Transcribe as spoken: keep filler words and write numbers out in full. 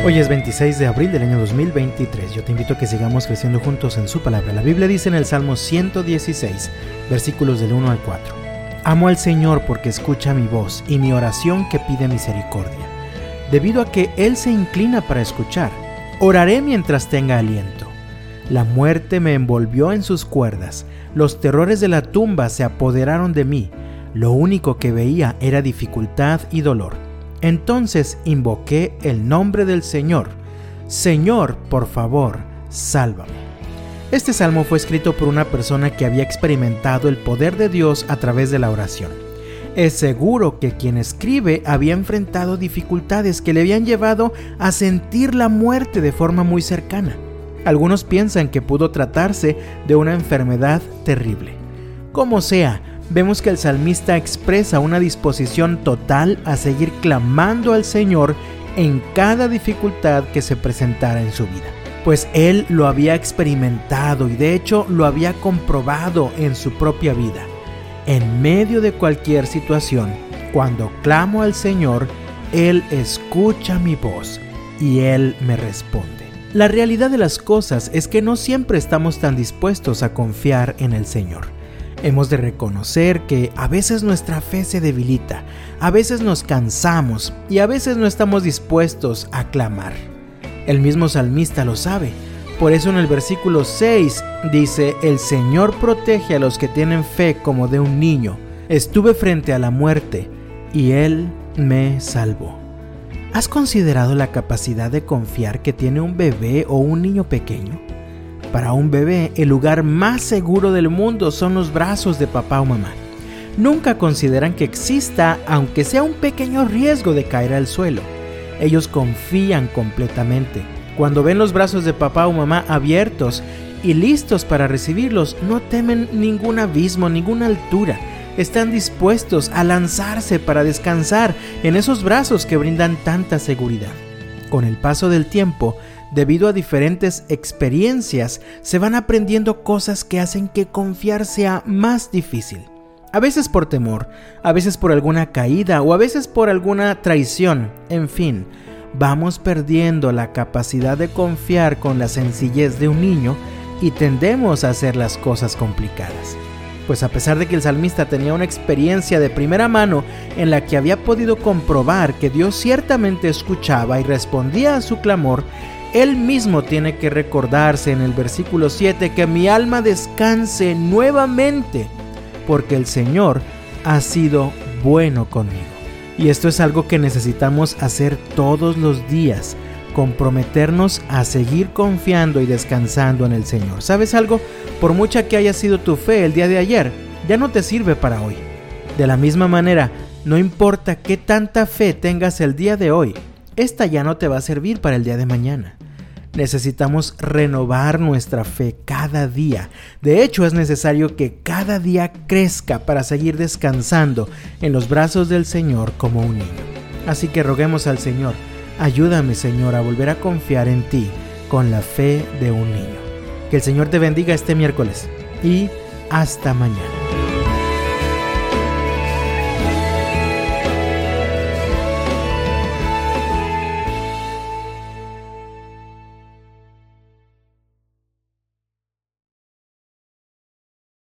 Hoy es veintiséis de abril del año dos mil veintitrés. Yo te invito a que sigamos creciendo juntos en su palabra. La Biblia dice en el Salmo ciento dieciséis, versículos del uno al cuatro. Amo al Señor porque escucha mi voz y mi oración que pide misericordia. Debido a que Él se inclina para escuchar, oraré mientras tenga aliento. La muerte me envolvió en sus cuerdas, los terrores de la tumba se apoderaron de mí. Lo único que veía era dificultad y dolor. Entonces invoqué el nombre del Señor. Señor, por favor, sálvame. Este salmo fue escrito por una persona que había experimentado el poder de Dios a través de la oración. Es seguro que quien escribe había enfrentado dificultades que le habían llevado a sentir la muerte de forma muy cercana. Algunos piensan que pudo tratarse de una enfermedad terrible. Como sea, vemos que el salmista expresa una disposición total a seguir clamando al Señor en cada dificultad que se presentara en su vida, pues él lo había experimentado y de hecho lo había comprobado en su propia vida. En medio de cualquier situación, cuando clamo al Señor, Él escucha mi voz y Él me responde. La realidad de las cosas es que no siempre estamos tan dispuestos a confiar en el Señor. Hemos de reconocer que a veces nuestra fe se debilita, a veces nos cansamos y a veces no estamos dispuestos a clamar. El mismo salmista lo sabe. Por eso en el versículo seis dice: el Señor protege a los que tienen fe como de un niño. Estuve frente a la muerte y Él me salvó. ¿Has considerado la capacidad de confiar que tiene un bebé o un niño pequeño? Para un bebé, el lugar más seguro del mundo son los brazos de papá o mamá. Nunca consideran que exista, aunque sea un pequeño riesgo de caer al suelo. Ellos confían completamente. Cuando ven los brazos de papá o mamá abiertos y listos para recibirlos, no temen ningún abismo, ninguna altura. Están dispuestos a lanzarse para descansar en esos brazos que brindan tanta seguridad. Con el paso del tiempo, debido a diferentes experiencias, se van aprendiendo cosas que hacen que confiar sea más difícil. A veces por temor, a veces por alguna caída o a veces por alguna traición. En fin, vamos perdiendo la capacidad de confiar con la sencillez de un niño y tendemos a hacer las cosas complicadas. Pues a pesar de que el salmista tenía una experiencia de primera mano en la que había podido comprobar que Dios ciertamente escuchaba y respondía a su clamor, él mismo tiene que recordarse en el versículo siete que mi alma descanse nuevamente, porque el Señor ha sido bueno conmigo. Y esto es algo que necesitamos hacer todos los días, comprometernos a seguir confiando y descansando en el Señor. ¿Sabes algo? Por mucha que haya sido tu fe el día de ayer, ya no te sirve para hoy. De la misma manera, no importa qué tanta fe tengas el día de hoy, esta ya no te va a servir para el día de mañana. Necesitamos renovar nuestra fe cada día. De hecho, es necesario que cada día crezca para seguir descansando en los brazos del Señor como un niño. Así que roguemos al Señor: ayúdame, Señor, a volver a confiar en ti con la fe de un niño. Que el Señor te bendiga este miércoles y hasta mañana.